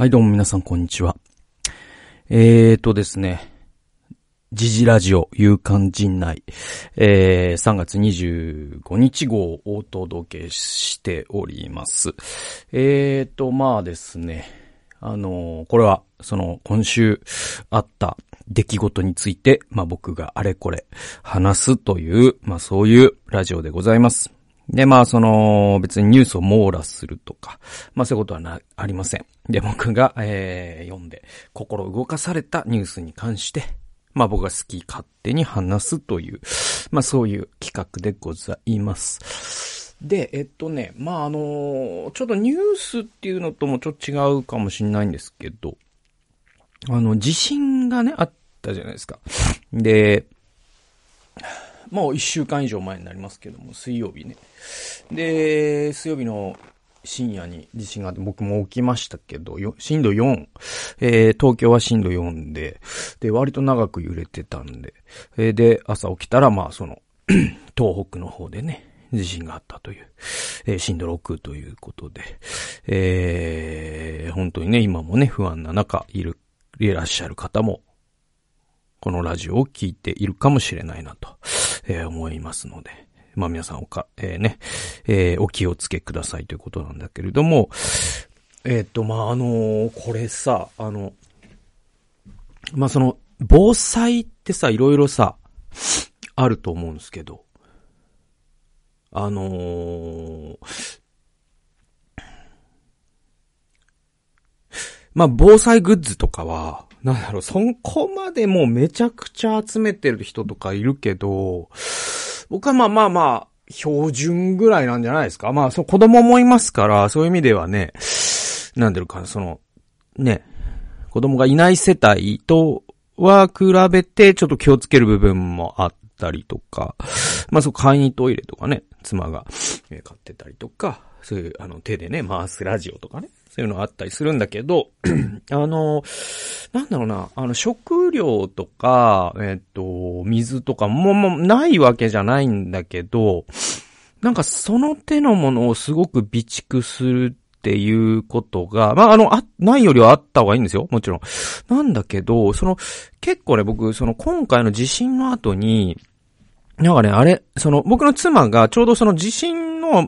はい、どうも皆さん、こんにちは。ですね、時事ラジオ、夕刊陣内、3月25日号をお届けしております。まあですね、これは、今週あった出来事について、僕があれこれ話すという、そういうラジオでございます。で、別にニュースを網羅するとか、そういうことはありません。で、僕が、読んで、心動かされたニュースに関して、僕が好き勝手に話すという、そういう企画でございます。で、ちょっとニュースっていうのともちょっと違うかもしれないんですけど、地震がね、あったじゃないですか。で、もう1週間以上前になりますけども、水曜日ね。で、水曜日の深夜に地震があって、僕も起きましたけど、震度4、東京は震度4で、割と長く揺れてたんで、で、朝起きたら、東北の方でね、地震があったという、震度6ということで、本当にね、今もね、不安な中、いらっしゃる方も、このラジオを聞いているかもしれないなと、思いますので、皆さんお気をつけくださいということなんだけれども、これさ、防災ってさ、いろいろさ、あると思うんですけど、防災グッズとかは、そこまでもうめちゃくちゃ集めてる人とかいるけど、僕は標準ぐらいなんじゃないですか。子供もいますから、そういう意味ではね、子供がいない世帯とは比べてちょっと気をつける部分もあったりとか、簡易トイレとかね、妻が買ってたりとか、そういう手でね、回すラジオとかね、そういうのあったりするんだけど、食料とか、水とかもないわけじゃないんだけど、その手のものをすごく備蓄するっていうことが、ないよりはあった方がいいんですよ、もちろん。なんだけど、結構ね、僕、今回の地震の後に、僕の妻がちょうど地震の、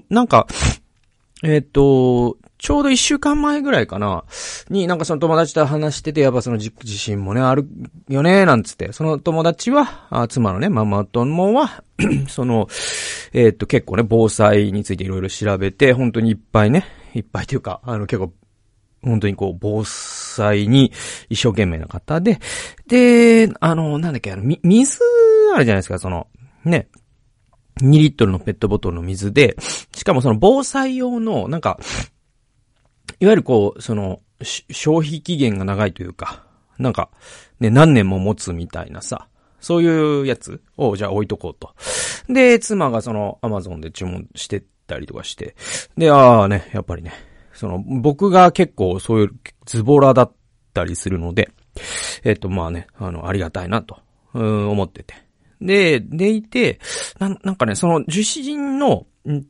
ちょうど1週間前ぐらいかな、に友達と話してて、やっぱ地震もね、あるよね、なんつって、その友達は、妻のね、ママ友は、結構ね、防災についていろいろ調べて、本当にいっぱいというか、結構、本当に防災に一生懸命な方で、で、水あるじゃないですか、ね、2リットルのペットボトルの水で、しかも防災用の、いわゆる消費期限が長いというか、何年も持つみたいなさ、そういうやつをじゃあ置いとこうと。で、妻がAmazon で注文してったりとかして、で、やっぱりね、僕が結構そういうズボラだったりするので、ありがたいなと、思ってて。でいて、受信の、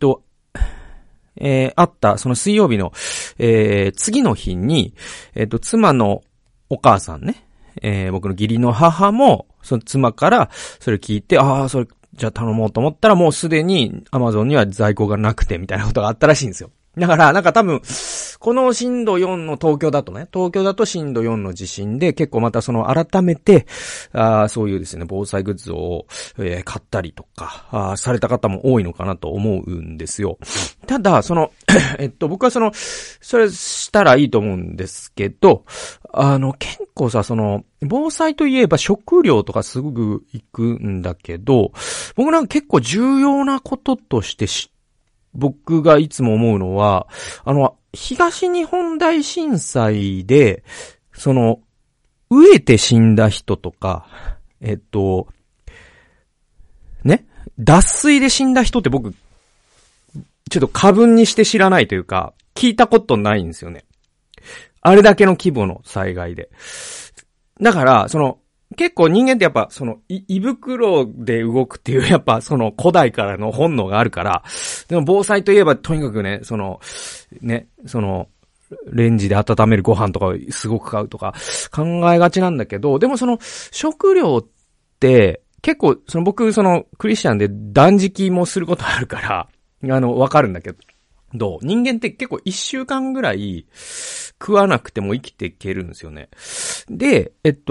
あった、水曜日の、次の日に、妻のお母さんね、僕の義理の母も、その妻からそれ聞いて、それ、じゃあ頼もうと思ったらもうすでに Amazon には在庫がなくてみたいなことがあったらしいんですよ。だから、多分、この震度4の東京だと震度4の地震で結構また改めて、そういうですね、防災グッズを、買ったりとか、された方も多いのかなと思うんですよ。ただ、僕はそれしたらいいと思うんですけど、結構さ、防災といえば食料とかすぐ行くんだけど、僕結構重要なこととして僕がいつも思うのは、東日本大震災で、飢えて死んだ人とか、脱水で死んだ人って僕、ちょっと過分にして知らないというか、聞いたことないんですよね。あれだけの規模の災害で。だから、結構人間ってやっぱ、胃袋で動くっていう、やっぱ古代からの本能があるから、でも防災といえばとにかくね、 レンジで温めるご飯とかをすごく買うとか考えがちなんだけど、でもその食料って結構僕クリスチャンで断食もすることあるから、わかるんだけど、人間って結構1週間ぐらい食わなくても生きていけるんですよね。で、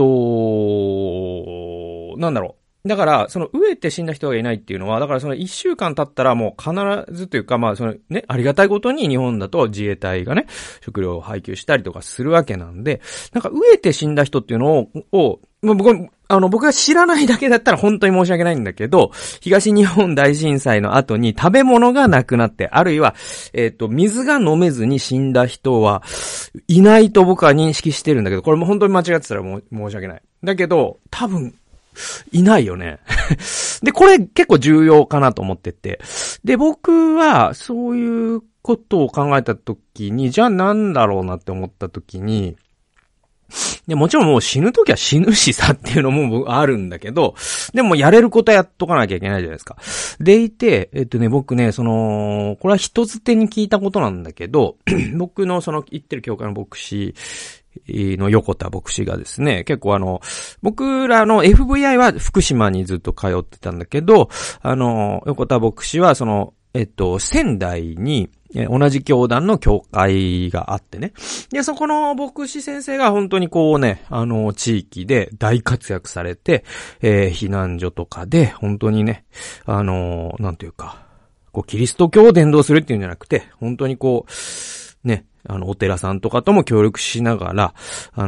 なんだろう。だから、飢えて死んだ人がいないっていうのは、だから1週間経ったらもう必ずというか、ありがたいことに日本だと自衛隊がね、食料を配給したりとかするわけなんで、飢えて死んだ人っていうのを、僕が知らないだけだったら本当に申し訳ないんだけど、東日本大震災の後に食べ物がなくなって、あるいは、水が飲めずに死んだ人はいないと僕は認識してるんだけど、これも本当に間違ってたらもう申し訳ない。だけど、多分、いないよね。で、これ結構重要かなと思ってて。で、僕はそういうことを考えたときに、じゃあなんだろうなって思ったときに、で、もちろんもう死ぬときは死ぬしさっていうのもあるんだけど、でもやれることはやっとかなきゃいけないじゃないですか。でいて、僕ね、これは人づてに聞いたことなんだけど、僕の行ってる教会の牧師の横田牧師がですね、結構僕らの FVI は福島にずっと通ってたんだけど、横田牧師は仙台に、同じ教団の教会があってね。で、そこの牧師先生が本当に地域で大活躍されて、避難所とかで、本当にね、なんていうか、キリスト教を伝道するっていうんじゃなくて、本当にね、お寺さんとかとも協力しながら、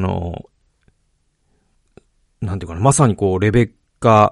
なんていうかな、まさにレベッカ、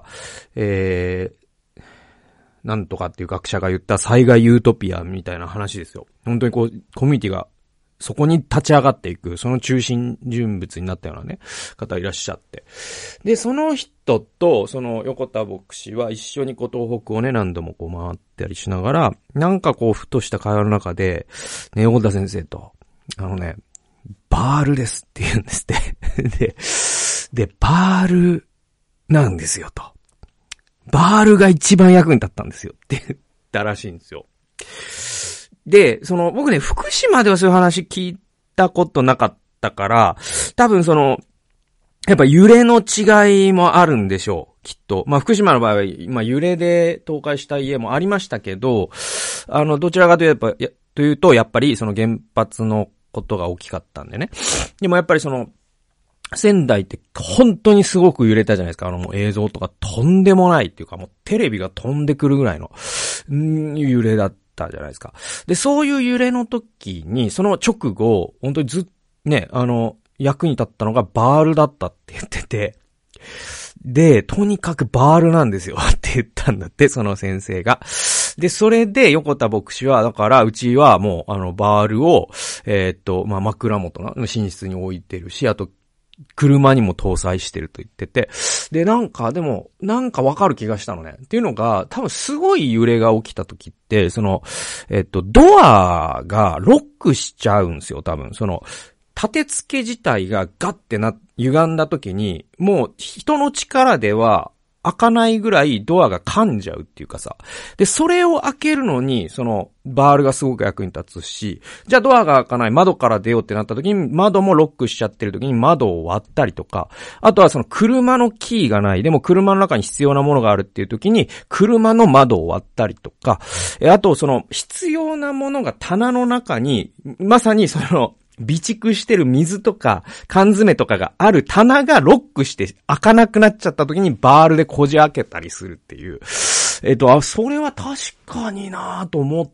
なんとかっていう学者が言った災害ユートピアみたいな話ですよ。本当にコミュニティがそこに立ち上がっていく、その中心人物になったようなね、方いらっしゃって。で、その人と、横田牧師は一緒に東北をね、何度も回ったりしながら、なんかふとした会話の中で、ね、横田先生と、バールですって言うんですって。で、バールなんですよと。バールが一番役に立ったんですよって言ったらしいんですよ。で、僕ね、福島ではそういう話聞いたことなかったから、多分やっぱ揺れの違いもあるんでしょう、きっと。福島の場合は、揺れで倒壊した家もありましたけど、どちらかというと、やっぱり原発のことが大きかったんでね。でもやっぱり仙台って本当にすごく揺れたじゃないですか。もう映像とかとんでもないっていうか、もうテレビが飛んでくるぐらいの、揺れだったじゃないですか。で、そういう揺れの時に、その直後、本当にね、役に立ったのがバールだったって言ってて、で、とにかくバールなんですよって言ったんだって、その先生が。で、それで横田牧師は、だからうちはもうバールを、枕元の寝室に置いてるし、あと、車にも搭載してると言ってて。で、でも、わかる気がしたのね。っていうのが、多分すごい揺れが起きた時って、ドアがロックしちゃうんですよ、多分。立て付け自体がガッて歪んだ時に、もう人の力では開かないぐらいドアが噛んじゃうっていうかさ。で、それを開けるのに、バールがすごく役に立つし、じゃあドアが開かない、窓から出ようってなった時に、窓もロックしちゃってる時に窓を割ったりとか、あとは車のキーがない、でも車の中に必要なものがあるっていう時に、車の窓を割ったりとか、あと必要なものが棚の中に、まさに備蓄してる水とか缶詰とかがある棚がロックして開かなくなっちゃった時にバールでこじ開けたりするっていう。それは確かになぁと思って、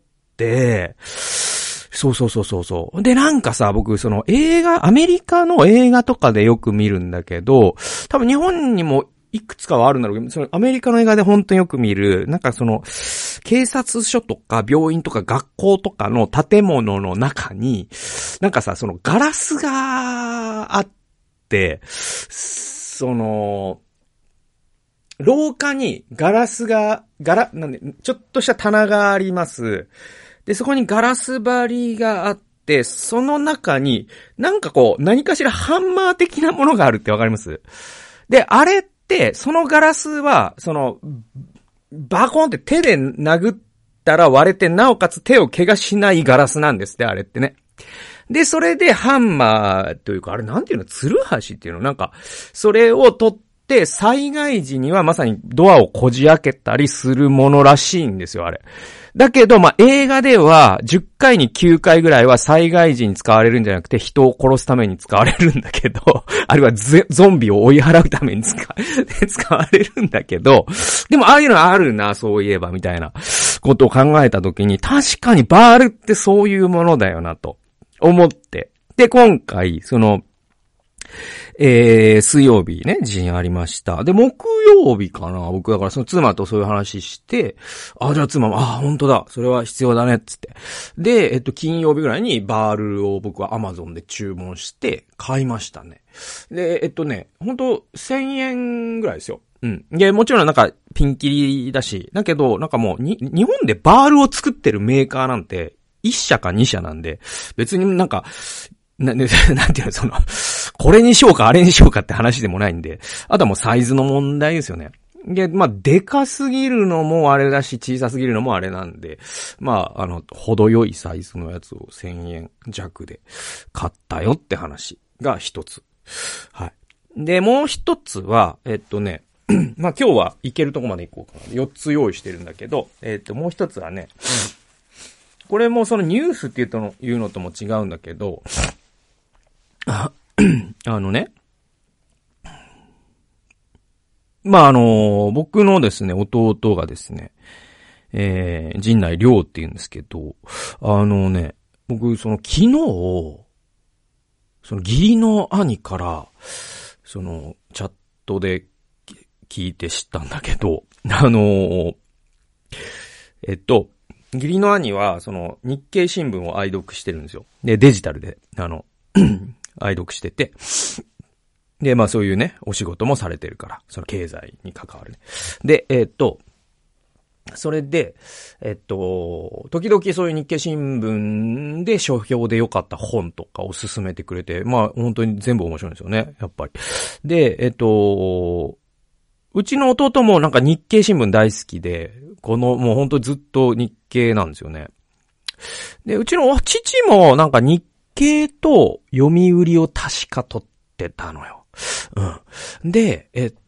そう。で、僕、アメリカの映画とかでよく見るんだけど、多分日本にもいくつかはあるんだろうけど、アメリカの映画で本当によく見る、警察署とか病院とか学校とかの建物の中に、ガラスがあって、廊下にガラスが、ちょっとした棚があります。で、そこにガラス張りがあって、その中に、何かしらハンマー的なものがあるってわかります？で、あれって、そのガラスは、バコンって手で殴ったら割れて、なおかつ手を怪我しないガラスなんですって、あれってね。 で、それでハンマーというか、あれなんていうの、ツルハシっていうのなんか、それを取って、災害時にはまさにドアをこじ開けたりするものらしいんですよ、あれ。だけど、映画では10回に9回ぐらいは災害時に使われるんじゃなくて人を殺すために使われるんだけど、あるいはゾンビを追い払うために使われるんだけど、でもああいうのあるな、そういえば、みたいなことを考えたときに、確かにバールってそういうものだよな、と思って。で、今回、水曜日ね、地震ありました。で、木曜日かな僕だからその妻とそういう話して、じゃあ妻も、本当だ。それは必要だね、つって。で、金曜日ぐらいにバールを僕は Amazon で注文して買いましたね。で、本当1000円ぐらいですよ。うん。で、もちろんなんかピンキリだし、だけど、なんかもう日本でバールを作ってるメーカーなんて、1社か2社なんで、別になんか、なんていうの、これにしようか、あれにしようかって話でもないんで、あとはもうサイズの問題ですよね。で、でかすぎるのもあれだし、小さすぎるのもあれなんで、程よいサイズのやつを1000円弱で買ったよって話が一つ。はい。で、もう一つは、今日は行けるとこまで行こうかな。4つ用意してるんだけど、もう一つはね、これもそのニュースっていうのとも違うんだけど、僕のですね、弟がですね、陣内亮って言うんですけど、僕、昨日、義理の兄から、チャットで聞いて知ったんだけど、義理の兄は、日経新聞を愛読してるんですよ。で、デジタルで、愛読してて。で、そういうね、お仕事もされてるから、経済に関わるね。で、それで、時々そういう日経新聞で書評で良かった本とかを勧めてくれて、本当に全部面白いんですよね、やっぱり。で、うちの弟もなんか日経新聞大好きで、もう本当ずっと日経なんですよね。で、うちの父もなんか日経と読売を確か取ってたのよ。うん。で、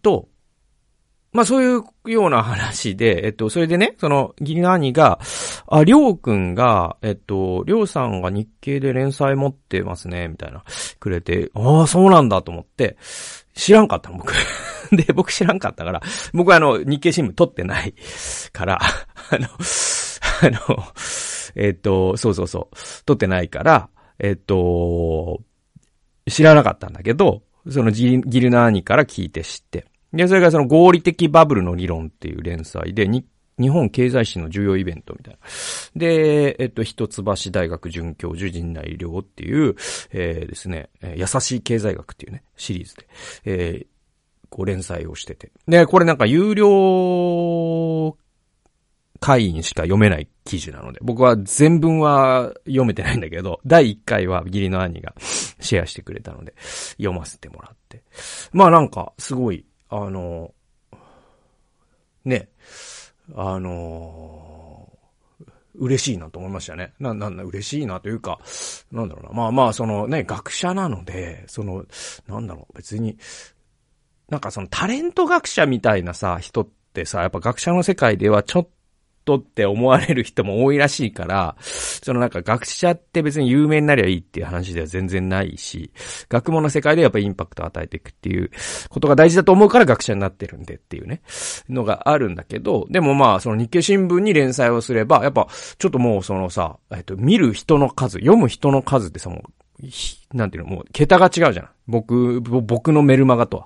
そういうような話で、それでね、義理の兄が、りょうくんが、りょうさんが日経で連載持ってますね、みたいな、くれて、そうなんだと思って、知らんかったの、僕。で、僕知らんかったから、僕は日経新聞取ってないから、そう、取ってないから、知らなかったんだけど、義理の兄から聞いて知って。で、それが合理的バブルの理論っていう連載で、日本経済史の重要イベントみたいな。で、一橋大学准教授陣内亮っていう、ですね、優しい経済学っていうね、シリーズで、連載をしてて。で、これなんか有料会員しか読めない記事なので、僕は全文は読めてないんだけど、第1回は義理の兄がシェアしてくれたので、読ませてもらって。なんか、すごい、嬉しいなと思いましたね。嬉しいなというか、なんだろうな。学者なので、別に、なんかタレント学者みたいなさ、人ってさ、やっぱ学者の世界ではちょっとって思われる人も多いらしいから、なんか学者って別に有名になりゃいいっていう話では全然ないし、学問の世界でやっぱりインパクトを与えていくっていうことが大事だと思うから学者になってるんでっていうね、のがあるんだけど、でも日経新聞に連載をすれば、やっぱちょっともう見る人の数、読む人の数ってさ、もう、なんていうの、もう、桁が違うじゃん。僕のメルマガとは。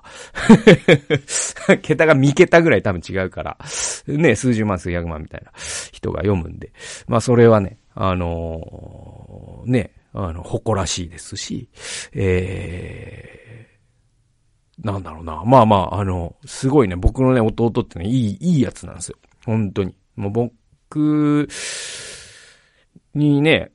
桁が3桁ぐらい多分違うから。ね、数十万、数百万みたいな人が読むんで。それはね、誇らしいですし、なんだろうな。すごいね、僕のね、弟ってね、いいやつなんですよ。本当に。もう僕にね、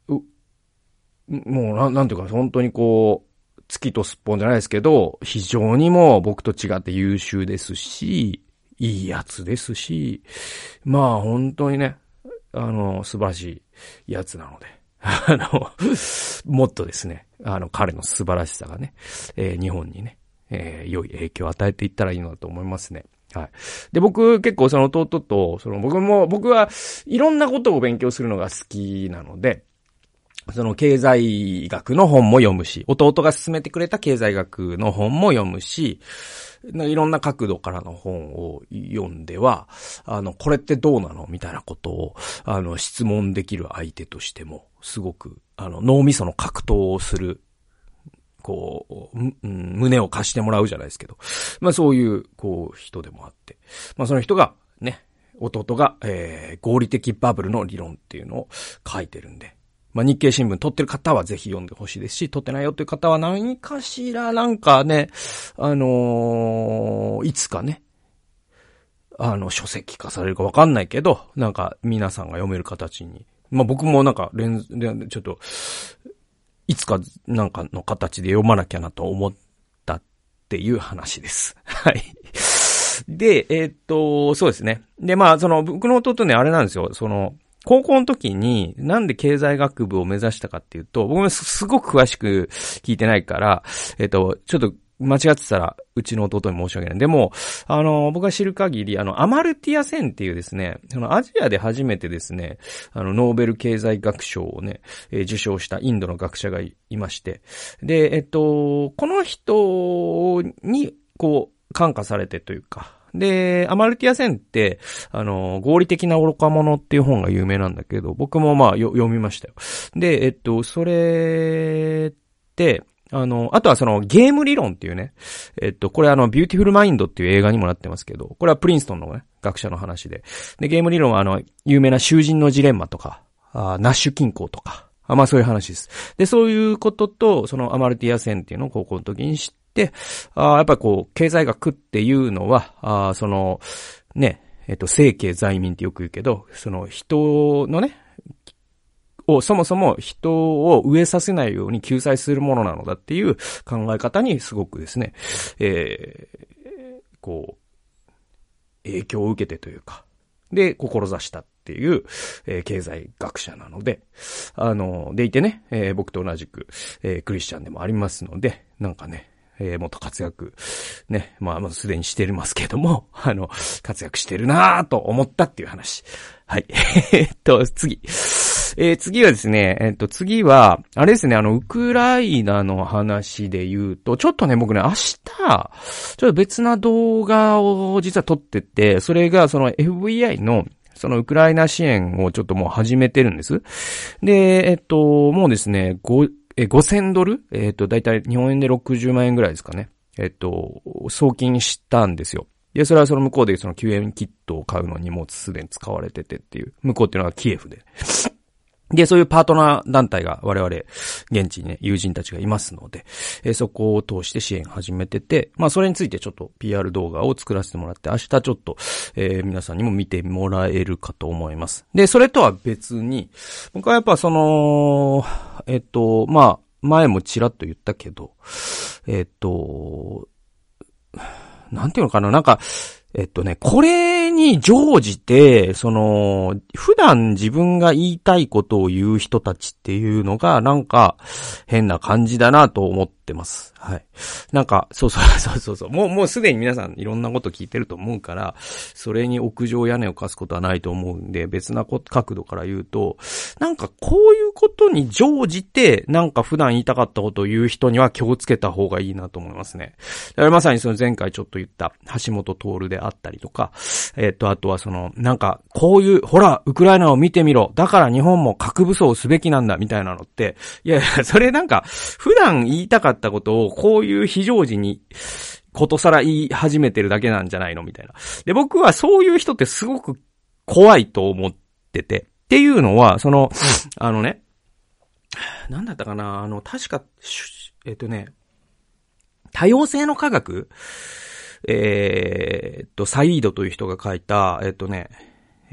もうなんていうか、本当に月とすっぽんじゃないですけど、非常にもう僕と違って優秀ですし、いいやつですし、本当にね、素晴らしいやつなので、 もっとですね、彼の素晴らしさがね、日本にね、良い影響を与えていったらいいなと思いますね。はい。で、僕結構その弟と、僕はいろんなことを勉強するのが好きなので、その経済学の本も読むし、弟が勧めてくれた経済学の本も読むし、いろんな角度からの本を読んでは、これってどうなのみたいなことを、質問できる相手としても、すごく、脳みその格闘をする、こう、胸を貸してもらうじゃないですけど、まあそういう、人でもあって、まあその人が、ね、弟が、合理的バブルの理論っていうのを書いてるんで、まあ、日経新聞撮ってる方はぜひ読んでほしいですし、撮ってないよという方は何かしらなんかね、いつかね、書籍化されるかわかんないけど、なんか皆さんが読める形に。まあ、僕もなんかちょっと、いつかなんかの形で読まなきゃなと思ったっていう話です。はい。で、そうですね。で、まあ、僕の弟ね、あれなんですよ。高校の時に、なんで経済学部を目指したかっていうと、僕もすごく詳しく聞いてないから、ちょっと間違ってたら、うちの弟に申し訳ない。でも、僕が知る限り、アマルティア・センっていうですね、アジアで初めてですね、ノーベル経済学賞をね、受賞したインドの学者がいまして、で、この人に、感化されてというか、で、アマルティア・センって、合理的な愚か者っていう本が有名なんだけど、僕もまあ読みましたよ。で、それって、あとはゲーム理論っていうね、これビューティフルマインドっていう映画にもなってますけど、これはプリンストンのね、学者の話で。で、ゲーム理論は有名な囚人のジレンマとか、ナッシュ均衡とか、まあそういう話です。で、そういうことと、アマルティア・センっていうのを高校の時に知って、やっぱり経済学っていうのは、ね、生計在民ってよく言うけど、人のね、そもそも人を飢えさせないように救済するものなのだっていう考え方にすごくですね、影響を受けてというか、で、志したっていう、経済学者なので、でいてね、僕と同じく、クリスチャンでもありますので、なんかね、もっと活躍、ね、まあ、すでにしてますけども、活躍してるなぁと思ったっていう話。はい。次。次はですね、次は、あれですね、ウクライナの話で言うと、ちょっとね、僕ね、明日、ちょっと別な動画を実は撮ってて、それがFBI の、ウクライナ支援をちょっともう始めてるんです。で、もうですね、5000ドルだいたい日本円で60万円ぐらいですかね。送金したんですよ。で、それは向こうで救援キットを買うのにもうすでに使われててっていう、向こうっていうのはキエフで。で、そういうパートナー団体が我々、現地にね、友人たちがいますので、そこを通して支援始めてて、まあそれについてちょっと PR 動画を作らせてもらって、明日ちょっと、皆さんにも見てもらえるかと思います。で、それとは別に、僕はやっぱまあ、前もちらっと言ったけど、なんていうのかな、なんか、これに乗じて、普段自分が言いたいことを言う人たちっていうのが、なんか、変な感じだなと思ってます。はい。なんか、そう。もうすでに皆さんいろんなこと聞いてると思うから、それに屋上屋根を貸すことはないと思うんで、別な角度から言うと、なんかこういうことに乗じて、なんか普段言いたかったことを言う人には気をつけた方がいいなと思いますね。だからまさに前回ちょっと言った橋本徹であったりとか、あとはなんか、こういう、ほら、ウクライナを見てみろ。だから日本も核武装すべきなんだ、みたいなのって、いや、それなんか、普段言いたかったことを、こういう非常時に、ことさら言い始めてるだけなんじゃないのみたいな。で、僕はそういう人ってすごく怖いと思ってて。っていうのは、ね、なんだったかな、確か、多様性の科学サイードという人が書いた、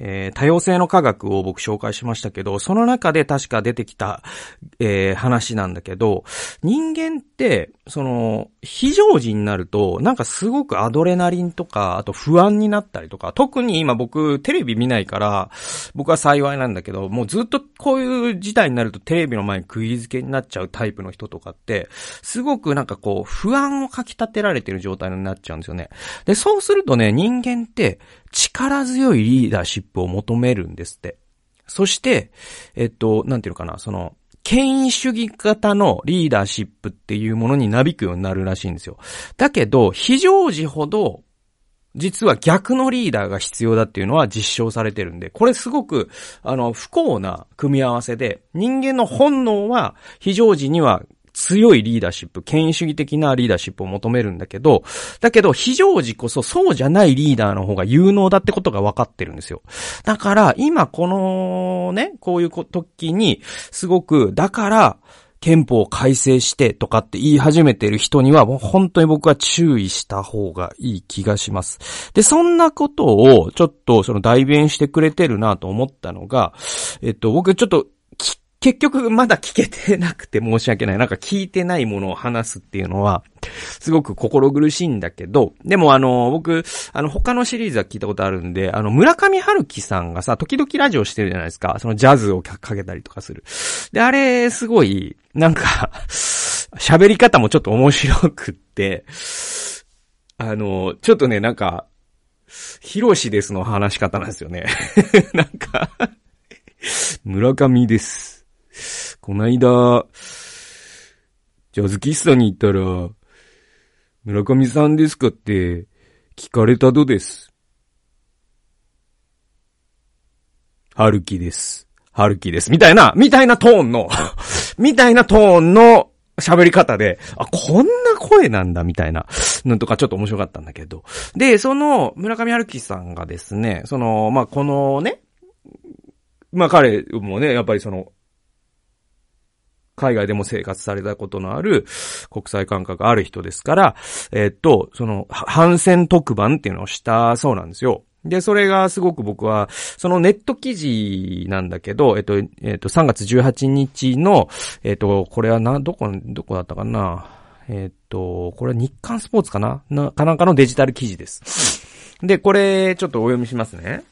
多様性の科学を僕紹介しましたけど、その中で確か出てきた、話なんだけど、人間って、非常時になると、なんかすごくアドレナリンとか、あと不安になったりとか、特に今僕テレビ見ないから、僕は幸いなんだけど、もうずっとこういう事態になるとテレビの前に釘付けになっちゃうタイプの人とかって、すごくなんかこう、不安をかき立てられてる状態になっちゃうんですよね。で、そうするとね、人間って力強いリーダーシップを求めるんですって。そして、なんていうのかな、権威主義型のリーダーシップっていうものになびくようになるらしいんですよ。だけど、非常時ほど、実は逆のリーダーが必要だっていうのは実証されてるんで、これすごく、不幸な組み合わせで、人間の本能は非常時には強いリーダーシップ、権威主義的なリーダーシップを求めるんだけど、非常時こそそうじゃないリーダーの方が有能だってことが分かってるんですよ。だから今このね、こういう時にすごく、だから憲法を改正してとかって言い始めてる人にはもう本当に僕は注意した方がいい気がします。で、そんなことをちょっと代弁してくれてるなと思ったのが、僕ちょっと結局まだ聞けてなくて申し訳ない。なんか聞いてないものを話すっていうのは、すごく心苦しいんだけど、でも僕、他のシリーズは聞いたことあるんで、村上春樹さんがさ、時々ラジオしてるじゃないですか。ジャズをかけたりとかする。で、あれ、すごい、なんか、喋り方もちょっと面白くって、ちょっとね、なんか、ヒロシですの話し方なんですよね。なんか、村上です。こないだ、ジャズ喫茶に行ったら、村上さんですかって聞かれたどです。春樹です。春樹です。みたいなトーンの、みたいなトーンの喋り方で、あ、こんな声なんだみたいなのとかちょっと面白かったんだけど。で、村上春樹さんがですね、このね、彼もね、やっぱり海外でも生活されたことのある国際感覚ある人ですから、反戦特番っていうのをしたそうなんですよ。で、それがすごく僕は、ネット記事なんだけど、3月18日の、これはどこだったかな。これは日刊スポーツかななんかのデジタル記事です。で、これ、ちょっとお読みしますね。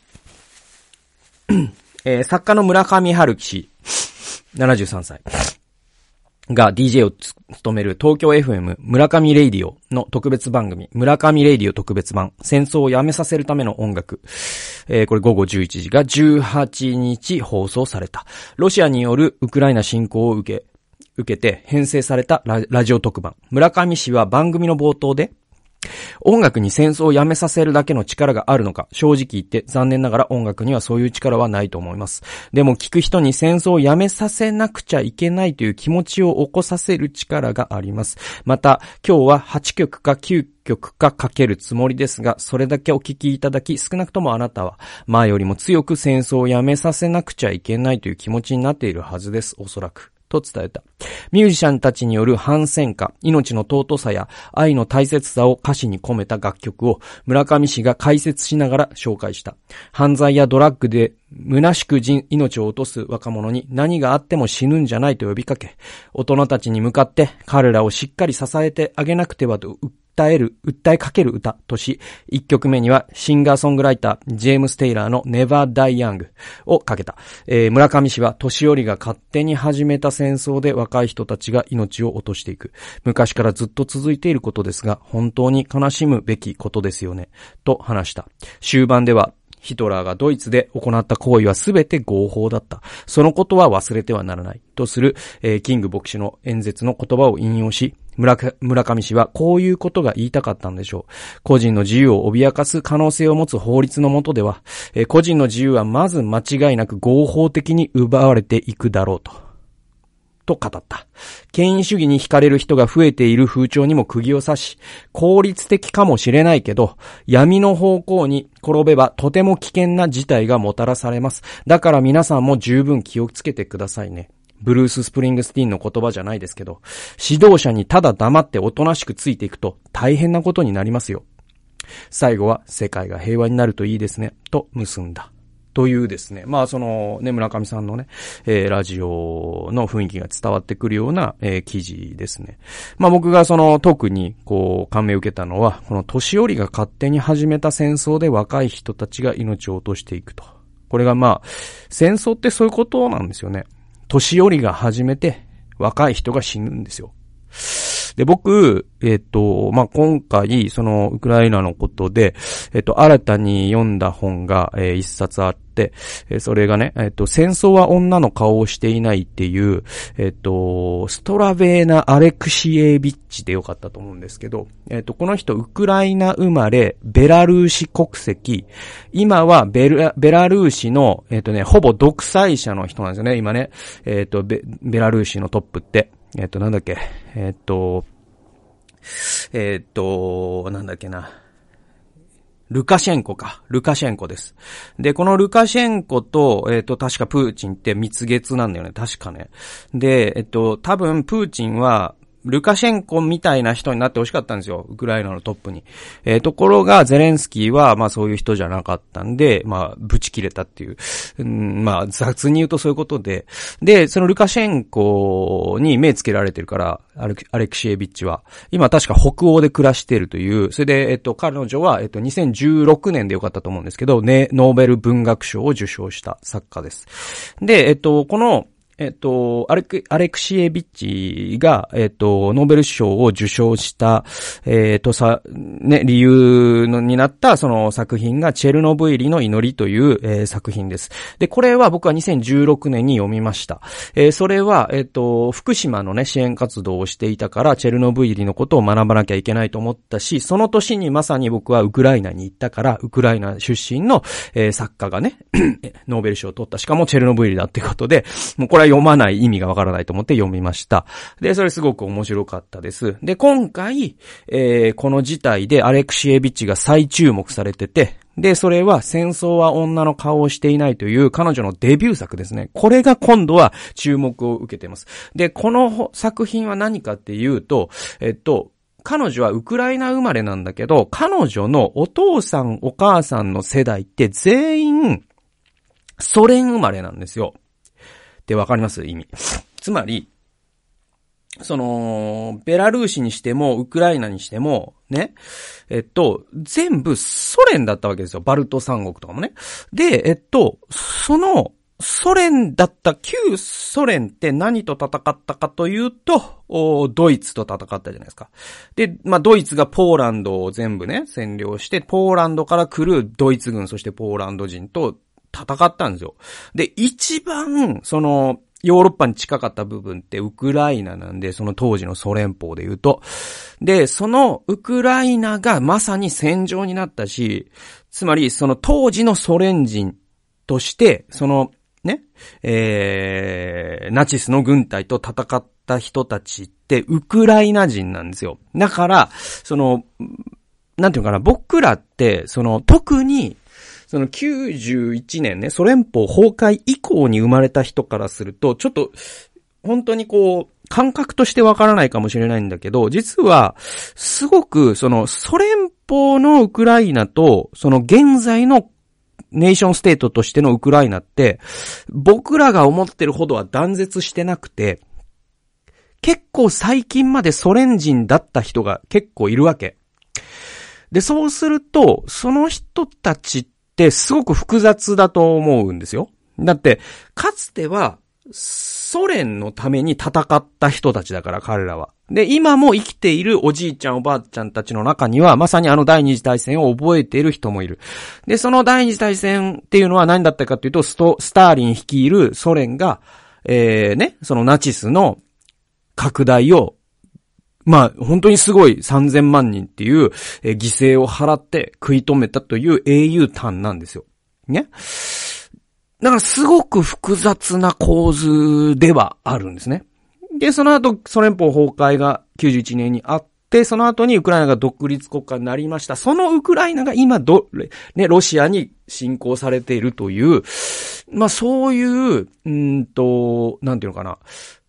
作家の村上春樹氏、73歳。が DJ を務める東京 FM 村上レイディオの特別番組、村上レイディオ特別版、戦争をやめさせるための音楽。これ午後11時が18日放送された。ロシアによるウクライナ侵攻を受けて編成されたラジオ特番。村上氏は番組の冒頭で、音楽に戦争をやめさせるだけの力があるのか、正直言って残念ながら音楽にはそういう力はないと思います。でも聞く人に戦争をやめさせなくちゃいけないという気持ちを起こさせる力があります。また、今日は8曲か9曲かかけるつもりですが、それだけお聞きいただき、少なくともあなたは前よりも強く戦争をやめさせなくちゃいけないという気持ちになっているはずです、おそらく。と伝えた。ミュージシャンたちによる反戦歌、命の尊さや愛の大切さを歌詞に込めた楽曲を村上氏が解説しながら紹介した。犯罪やドラッグで虚しく命を落とす若者に何があっても死ぬんじゃないと呼びかけ、大人たちに向かって彼らをしっかり支えてあげなくてはと訴えかける歌とし、1曲目にはシンガーソングライター、ジェームス・テイラーの Never Die Young をかけた。村上氏は年寄りが勝手に始めた戦争で若い人たちが命を落としていく。昔からずっと続いていることですが、本当に悲しむべきことですよね。と話した。終盤では、ヒトラーがドイツで行った行為はすべて合法だった。そのことは忘れてはならない。とする、キング牧師の演説の言葉を引用し、村上氏はこういうことが言いたかったんでしょう。個人の自由を脅かす可能性を持つ法律の下では、個人の自由はまず間違いなく合法的に奪われていくだろうと語った。権威主義に惹かれる人が増えている風潮にも釘を刺し、効率的かもしれないけど、闇の方向に転べばとても危険な事態がもたらされます。だから皆さんも十分気をつけてくださいね。ブルース・スプリングスティーンの言葉じゃないですけど、指導者にただ黙っておとなしくついていくと大変なことになりますよ。最後は世界が平和になるといいですね、と結んだ。 というですね。まあ村上さんのね、ラジオの雰囲気が伝わってくるような、記事ですね。まあ僕が特に感銘を受けたのは、この年寄りが勝手に始めた戦争で若い人たちが命を落としていくと。これがまあ、戦争ってそういうことなんですよね。年寄りが始めて若い人が死ぬんですよ。で、僕、まあ、今回、ウクライナのことで、新たに読んだ本が、一冊あって、それがね、戦争は女の顔をしていないっていう、ストラベーナ・アレクシエービッチでよかったと思うんですけど、この人、ウクライナ生まれ、ベラルーシ国籍、今はベラルーシの、ほぼ独裁者の人なんですよね、今ね、ベラルーシのトップって。なんだっけ、なんだっけな。ルカシェンコです。で、このルカシェンコと、確かプーチンって蜜月なんだよね。確かね。で、多分プーチンは、ルカシェンコみたいな人になってほしかったんですよ。ウクライナのトップに。ところが、ゼレンスキーは、まあそういう人じゃなかったんで、まあ、ブチ切れたっていう。まあ、雑に言うとそういうことで。で、そのルカシェンコに目つけられてるから、アレクシエービッチは。今確か北欧で暮らしているという。それで、彼女は、2016年でよかったと思うんですけど、ね、ノーベル文学賞を受賞した作家です。で、この、アレクシエービッチが、ノーベル賞を受賞した、理由になったその作品がチェルノブイリの祈りという、作品です。で、これは僕は2016年に読みました。それは、福島のね、支援活動をしていたから、チェルノブイリのことを学ばなきゃいけないと思ったし、その年にまさに僕はウクライナに行ったから、ウクライナ出身の、作家がね、ノーベル賞を取った。しかもチェルノブイリだってことで、もうこれは読まない意味がわからないと思って読みました。で、それすごく面白かったです。で、今回、この事態でアレクシエービッチが再注目されてて、で、それは戦争は女の顔をしていないという彼女のデビュー作ですね。これが今度は注目を受けています。で、この作品は何かっていうと、彼女はウクライナ生まれなんだけど、彼女のお父さんお母さんの世代って全員ソ連生まれなんですよ。ってわかります意味。つまり、ベラルーシにしても、ウクライナにしても、ね、全部ソ連だったわけですよ。バルト三国とかもね。で、その、ソ連だった旧ソ連って何と戦ったかというと、ドイツと戦ったじゃないですか。で、まあ、ドイツがポーランドを全部ね、占領して、ポーランドから来るドイツ軍、そしてポーランド人と戦ったんですよ。で、一番、ヨーロッパに近かった部分ってウクライナなんで、その当時のソ連邦で言うと。で、そのウクライナがまさに戦場になったし、つまりその当時のソ連人として、ナチスの軍隊と戦った人たちってウクライナ人なんですよ。だから、なんていうのかな、僕らって、特に、91年ね、ソ連邦崩壊以降に生まれた人からすると、ちょっと、本当に感覚としてわからないかもしれないんだけど、実は、すごく、ソ連邦のウクライナと、現在のネーションステートとしてのウクライナって、僕らが思ってるほどは断絶してなくて、結構最近までソ連人だった人が結構いるわけ。で、そうすると、その人たちってすごく複雑だと思うんですよ。だって、かつては、ソ連のために戦った人たちだから彼らは。で、今も生きているおじいちゃんおばあちゃんたちの中には、まさに第二次大戦を覚えている人もいる。で、その第二次大戦っていうのは何だったかっていうと、スターリン率いるソ連が、そのナチスの拡大を、まあ、本当にすごい3000万人っていう、犠牲を払って食い止めたという英雄譚なんですよ。ね。だからすごく複雑な構図ではあるんですね。で、その後、ソ連邦崩壊が91年にあって、その後にウクライナが独立国家になりました。そのウクライナが今ロシアに侵攻されているという、まあそういう、なんていうのかな。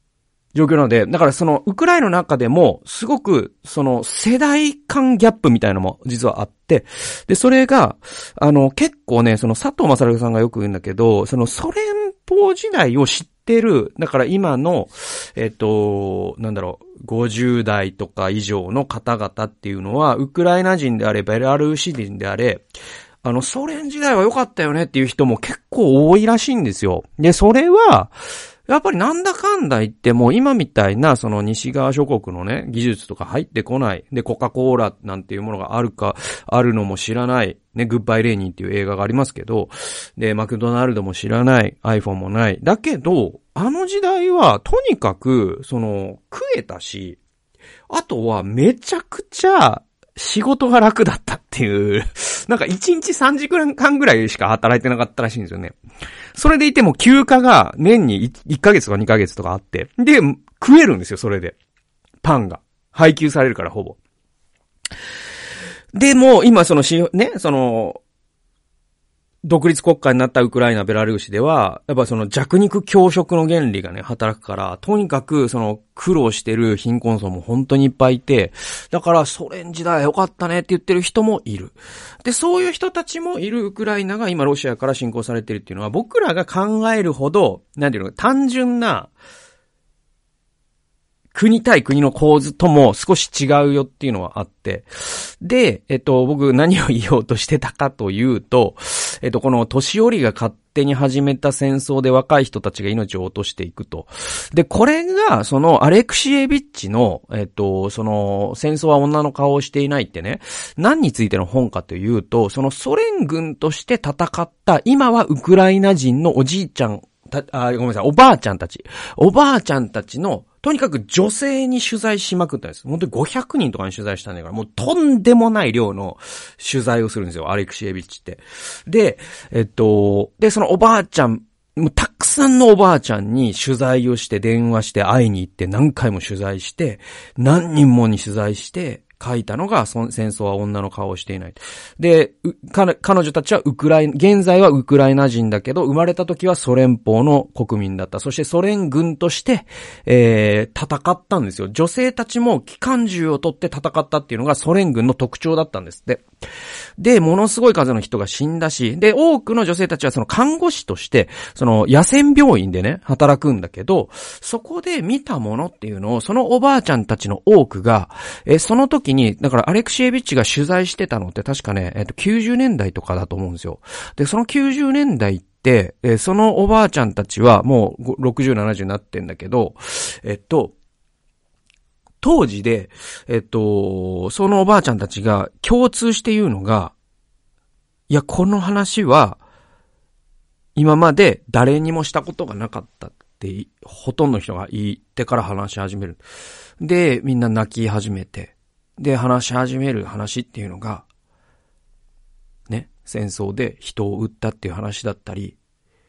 状況なので、だからその、ウクライナの中でも、すごく、その、世代間ギャップみたいなのも実はあって、で、それが、結構ね、その佐藤正さんがよく言うんだけど、そのソ連邦時代を知ってる、だから今の、50代とか以上の方々っていうのは、ウクライナ人であれ、ベラルーシ人であれ、ソ連時代は良かったよねっていう人も結構多いらしいんですよ。で、それは、やっぱりなんだかんだ言っても今みたいなその西側諸国のね、技術とか入ってこない。で、コカ・コーラなんていうものがあるのも知らない。ね、グッバイ・レーニンっていう映画がありますけど、で、マクドナルドも知らない。iPhone もない。だけど、あの時代はとにかく、食えたし、あとはめちゃくちゃ仕事が楽だったっていう、なんか1日3時間ぐらいしか働いてなかったらしいんですよね。それでいても休暇が年に1ヶ月とか2ヶ月とかあって、で、食えるんですよ、それで。パンが。配給されるから、ほぼ。でも、今独立国家になったウクライナ、ベラルーシでは、やっぱ弱肉強食の原理がね、働くから、とにかく苦労してる貧困層も本当にいっぱいいて、だからソ連時代良かったねって言ってる人もいる。で、そういう人たちもいるウクライナが今ロシアから侵攻されてるっていうのは、僕らが考えるほど、単純な、国対国の構図とも少し違うよっていうのはあって。で、僕何を言おうとしてたかというと、この年寄りが勝手に始めた戦争で若い人たちが命を落としていくと。で、これが、アレクシエービッチの、戦争は女の顔をしていないってね、何についての本かというと、ソ連軍として戦った、今はウクライナ人のおじいちゃん、ごめんなさい、おばあちゃんたちの、とにかく女性に取材しまくったんです。本当に500人とかに取材したんだから、もうとんでもない量の取材をするんですよ、アレクシエービッチって。で、そのおばあちゃん、もうたくさんのおばあちゃんに取材をして電話して会いに行って何回も取材して、何人もに取材して、書いたのが、戦争は女の顔をしていない。で、彼女たちは現在はウクライナ人だけど、生まれた時はソ連邦の国民だった。そしてソ連軍として、戦ったんですよ。女性たちも機関銃を取って戦ったっていうのがソ連軍の特徴だったんですって。で、ものすごい数の人が死んだし、で、多くの女性たちは看護師として、野戦病院でね、働くんだけど、そこで見たものっていうのを、そのおばあちゃんたちの多くが、その時に、だからアレクシエービッチが取材してたのって確かね、90年代とかだと思うんですよ。で、その90年代って、そのおばあちゃんたちはもう60、70になってんだけど、当時で、そのおばあちゃんたちが共通して言うのが、いや、この話は、今まで誰にもしたことがなかったって、ほとんどの人が言ってから話し始める。で、みんな泣き始めて、で、話し始める話っていうのが、ね、戦争で人を撃ったっていう話だったり、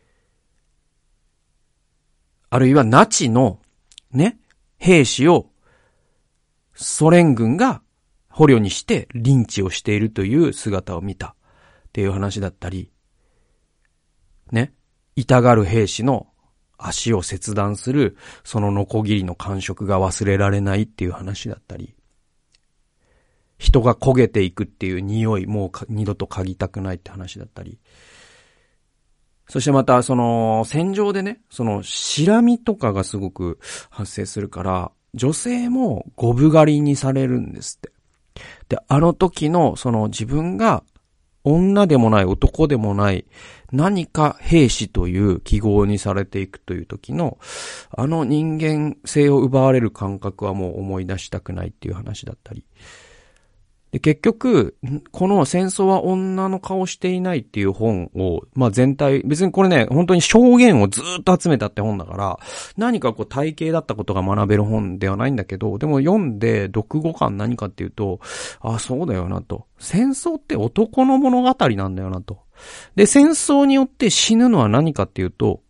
あるいはナチの、ね、兵士をソ連軍が捕虜にしてリンチをしているという姿を見たっていう話だったり、ね、痛がる兵士の足を切断するそのノコギリの感触が忘れられないっていう話だったり、人が焦げていくっていう匂いもう二度と嗅ぎたくないって話だったり、そしてまた戦場でね、シラミとかがすごく発生するから、女性もゴブ狩りにされるんですって。で、あの時の自分が女でもない男でもない何か兵士という記号にされていくという時の人間性を奪われる感覚はもう思い出したくないっていう話だったり。で、結局、この戦争は女の顔していないっていう本を、全体、別にこれね、本当に証言をずーっと集めたって本だから、何か体系だったことが学べる本ではないんだけど、でも読んで読後感何かっていうと、あ、そうだよなと。戦争って男の物語なんだよなと。で、戦争によって死ぬのは何かっていうと、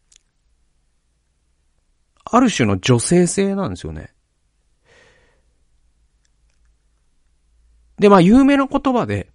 ある種の女性性なんですよね。で、有名な言葉で、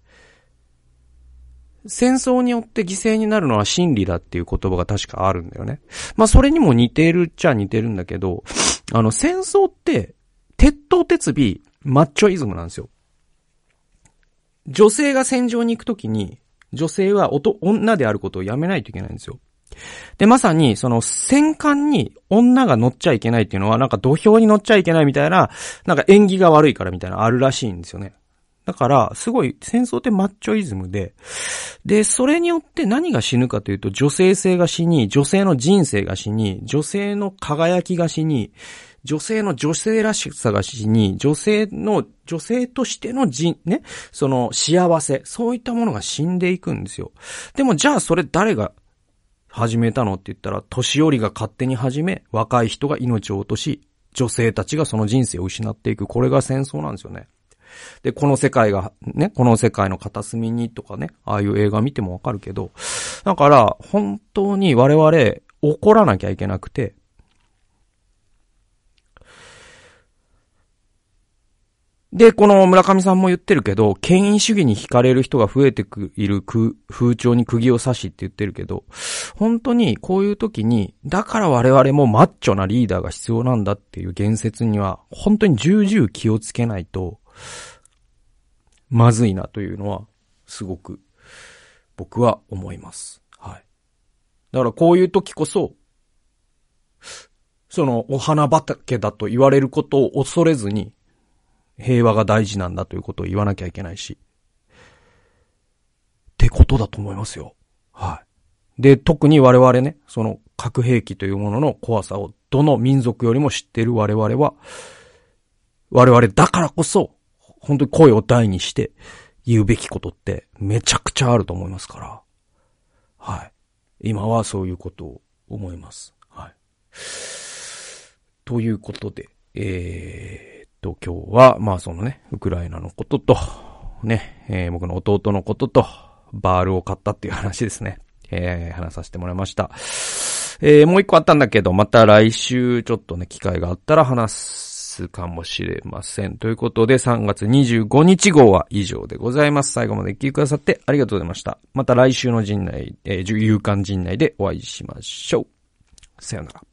戦争によって犠牲になるのは真理だっていう言葉が確かあるんだよね。それにも似てるっちゃ似てるんだけど、 戦争って、鉄頭鉄尾、マッチョイズムなんですよ。女性が戦場に行くときに、女性は女であることをやめないといけないんですよ。で、まさに、その戦艦に女が乗っちゃいけないっていうのは、なんか土俵に乗っちゃいけないみたいな、なんか縁起が悪いからみたいなあるらしいんですよね。だから、すごい戦争ってマッチョイズムで、で、それによって何が死ぬかというと、女性性が死に、女性の人生が死に、女性の輝きが死に、女性の女性らしさが死に、女性としてのね、その幸せ、そういったものが死んでいくんですよ。でもじゃあそれ誰が始めたのって言ったら、年寄りが勝手に始め、若い人が命を落とし、女性たちがその人生を失っていく。これが戦争なんですよね。で、この世界の片隅にとかね、ああいう映画見てもわかるけど、だから、本当に我々、怒らなきゃいけなくて、で、この村上さんも言ってるけど、権威主義に惹かれる人が増えている風潮に釘を刺しって言ってるけど、本当にこういう時に、だから我々もマッチョなリーダーが必要なんだっていう言説には、本当に重々気をつけないと、まずいなというのは、すごく、僕は思います。はい。だからこういう時こそ、そのお花畑だと言われることを恐れずに、平和が大事なんだということを言わなきゃいけないし。ってことだと思いますよ。はい。で、特に我々ね、その核兵器というものの怖さをどの民族よりも知っている我々は、我々だからこそ、本当に声を大にして言うべきことってめちゃくちゃあると思いますから。はい。今はそういうことを思います。はい。ということで、今日は、まあそのね、ウクライナのことと、ね、僕の弟のことと、バールを買ったっていう話ですね。話させてもらいました。もう一個あったんだけど、また来週ちょっとね、機会があったら話すかもしれません。ということで、3月25日号は以上でございます。最後まで聞いてくださってありがとうございました。また来週の陣内、夕刊陣内でお会いしましょう。さよなら。